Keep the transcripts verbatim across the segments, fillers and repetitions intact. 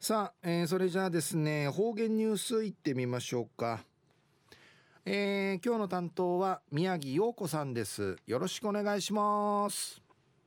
さあ、えーそれじゃあですね、方言ニュースいってみましょうか。えー今日の担当は宮城陽子さんです。よろしくお願いします。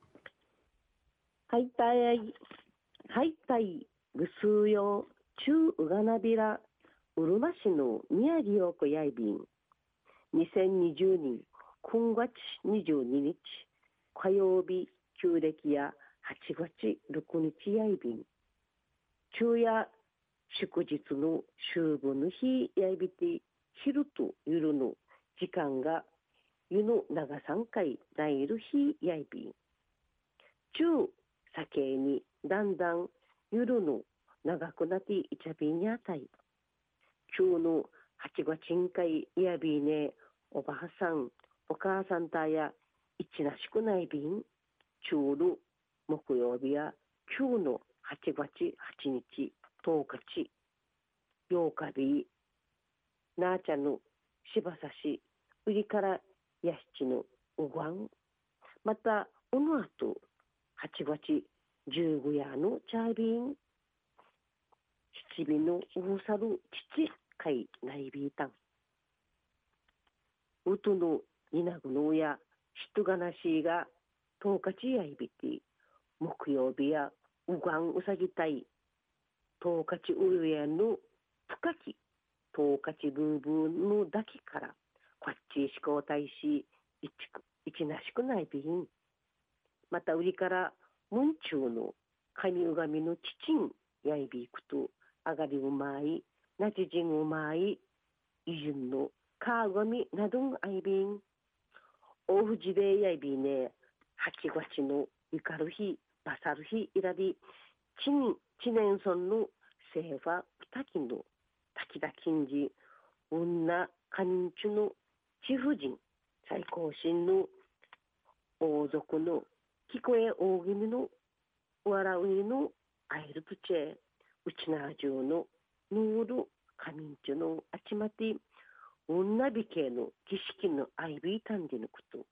はいたい、はいたい、ぐすうよ、ちゅううがなびら、うるま市の宮城陽子やいびん、にせんにじゅうねんくんがつにじゅうににち、火曜日、旧暦やはちがつろくにちやいびん、昼夜、祝日の秋分の日やいびて、昼と夜の時間が湯の長さんかいないる日やいびん、中酒にだんだん夜の長くなっていちゃびんにあたい、中のはちがちんかいいやびね、おばあさん、お母さんたやいちなしくないびん、中る木曜日や今日のはちがつはちにち、とおかち、ようか日、なあちゃんのしばさし、売りからやしちのうがん、また、この後、はちがつじゅうごやのチャービン、七尾のうさる父かいないびいたん。うとのになぐのや、しとがなしが、とおかちやいびて、木曜日やうがんうさぎたい、とおかちうゆやのぷかき、とおかちブーブーのだけから、こっちしこうたいし、いちく、いちなしくないびん。また売りからムンチューの神うがみのちちんやいびいくとあがりうまいなじじんうまいいじゅんのかうがみなどんあいびんおふじべやいびねはちがつのゆかる日バサル日いらびちんちねんそんのせいわふたきのたきだきんじうんなかにんちゅのちふじん最高神の王族の聞こえ大気味の笑ういのアイルプチェうちなじゅうのヌールカミンチュのあちまて女美形の儀式のアイビータンジのこと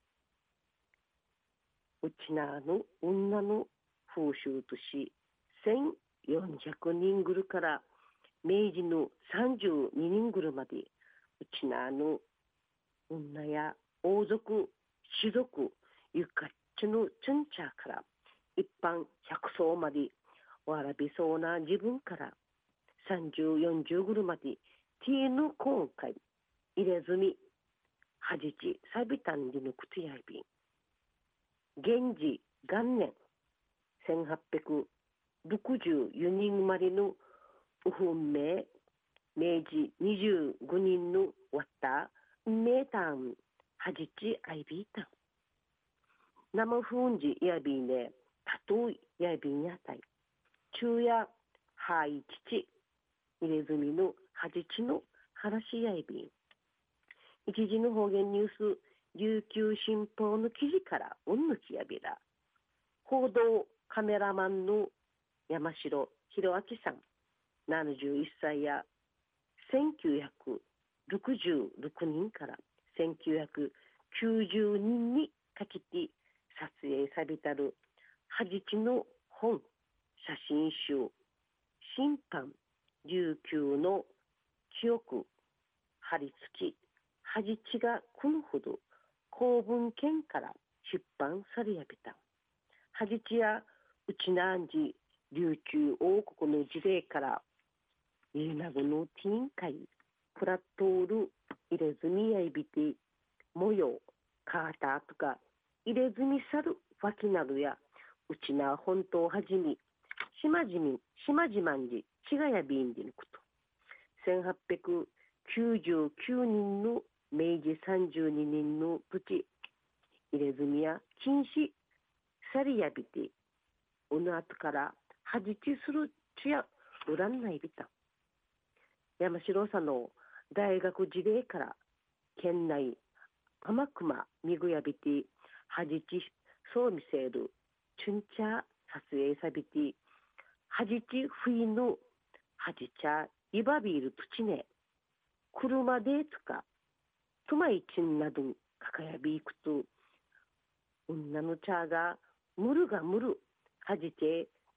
うちなの女の風習としせんよんひゃくにんぐるから明治のさんじゅうににんぐるまでうちなの女や王族士族ゆかっちのチュンチャーから一般百層までわらびそうな自分からさんじゅう、よんじゅうぐるまでティーヌ今回入れ墨はじちさびたんじぬくつやいびん源氏元年せんはっぴゃくろくじゅうよにん生まれのうふんめ明治にじゅうごにんのわったメータンはじちあいびいたん生ふんじやびねたといやびんやたい中やはい父入れ墨のはじちの話やいびん一時の方言ニュース琉球新報の記事からうんぬきやびら報道カメラマンの山城博明さんななじゅういっさいやせんきゅうひゃくろくじゅうろくにんからせんきゅうひゃくきゅうじゅうにんにかけて撮影されたるはじちの本写真集審判琉球の記憶貼り付きはじちがこのほど公文献から出版されやびたはじちやうちなんじ琉球王国の事例からイナグのティーン会プラットール入れ墨やいびて模様カーターとか入れ墨さるわきなどやうちな本島はじめ島じみ島じまんじちがやびんじのことせんはっぴゃくきゅうじゅうきゅうにんの明治さんじゅうににんのプチ入れ墨や禁止さりやびておのあとからはじちするちやうらんないびた山城さんの大学事例から県内天熊みぐやびてはじちそうみせるチュンチャ撮影さびてはじち冬のはじちゃいばびるプチネ車でとかとまいちんなどかかやびいくと女の茶がむるがむるはじて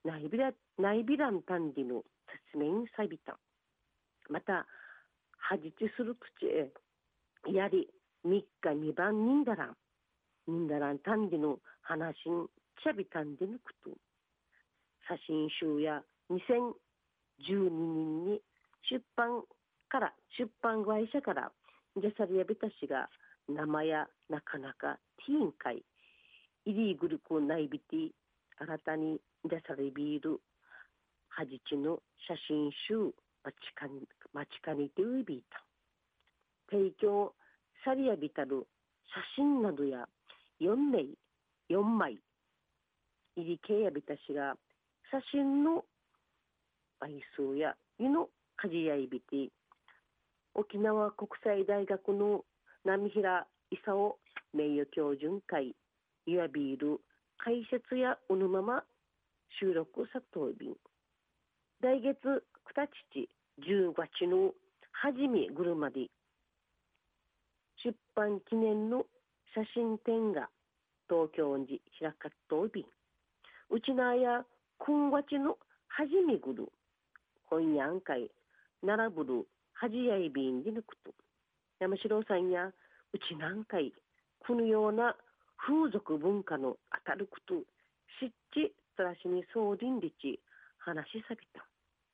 ナイビラナイビランタンディの説明サビタンまたはじちする土へやりみっかにばんにんだらんにんだらんタンディの話んちゃびたんでぬくと写真集やにせんじゅうにねんに出版から出版会社からジャサリアビタ氏が名前やなかなかティーン会イリーグルコナイビティ新たにジャサリビールはじちの写真集マチカニマチカニテウイビータ提供サリアビタル写真などやよんめいよんまいイリケイヤビタ氏が写真の倍数や湯のカジヤイビティ沖縄国際大学の波平勲名誉教授会ユアビール解説やおぬまま収録さといびん来月くたちちじゅうがつのはじめぐるまで出版記念の写真展が東京に開かっといびんうちなや今月のはじめぐる本やん会並ぶるはじやいびんでぬくと山城さんやうちなんかいこのような風俗文化の当たることしっちつらしにそうりんりち話しさびた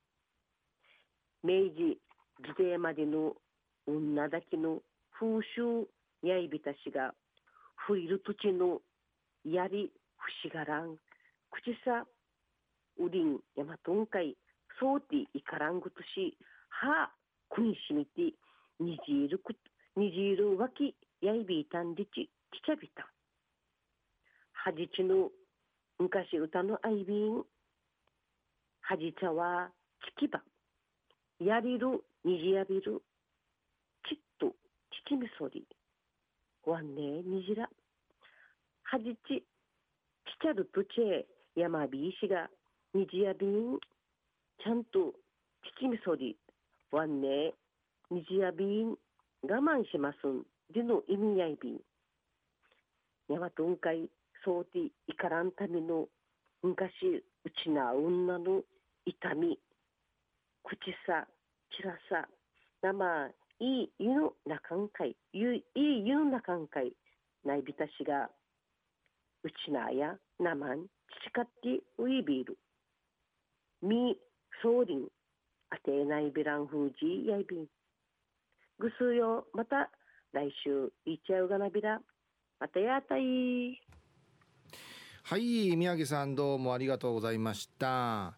明治時代までの女だけの風習やいびたしがふいる土地のやりふしがらん口さうりんやまとんかいそうていからんぐとしはくんしみてにじいるくにじいるわきやいびいたんりちきちゃびたはじちの昔歌のあいびんはじちゃはちきばやりるにじやびるきっとちきみそりわんねえにじらはじちきちゃるとちえやまびいしがにじやびんちゃんとちきみそりわんねえにじやびん我慢しますんでの意味やいびんやまとんかいそうていからんための昔うちな女の痛み口さちらさ生いい湯の中んかいいい湯の中んかいないびたしがうちなや生んちかってウイビールみそうりんあてないびらんふうじやいびんぐすうよまた来週いっちゃうがなびらまたやったいはい、宮城さんどうもありがとうございました。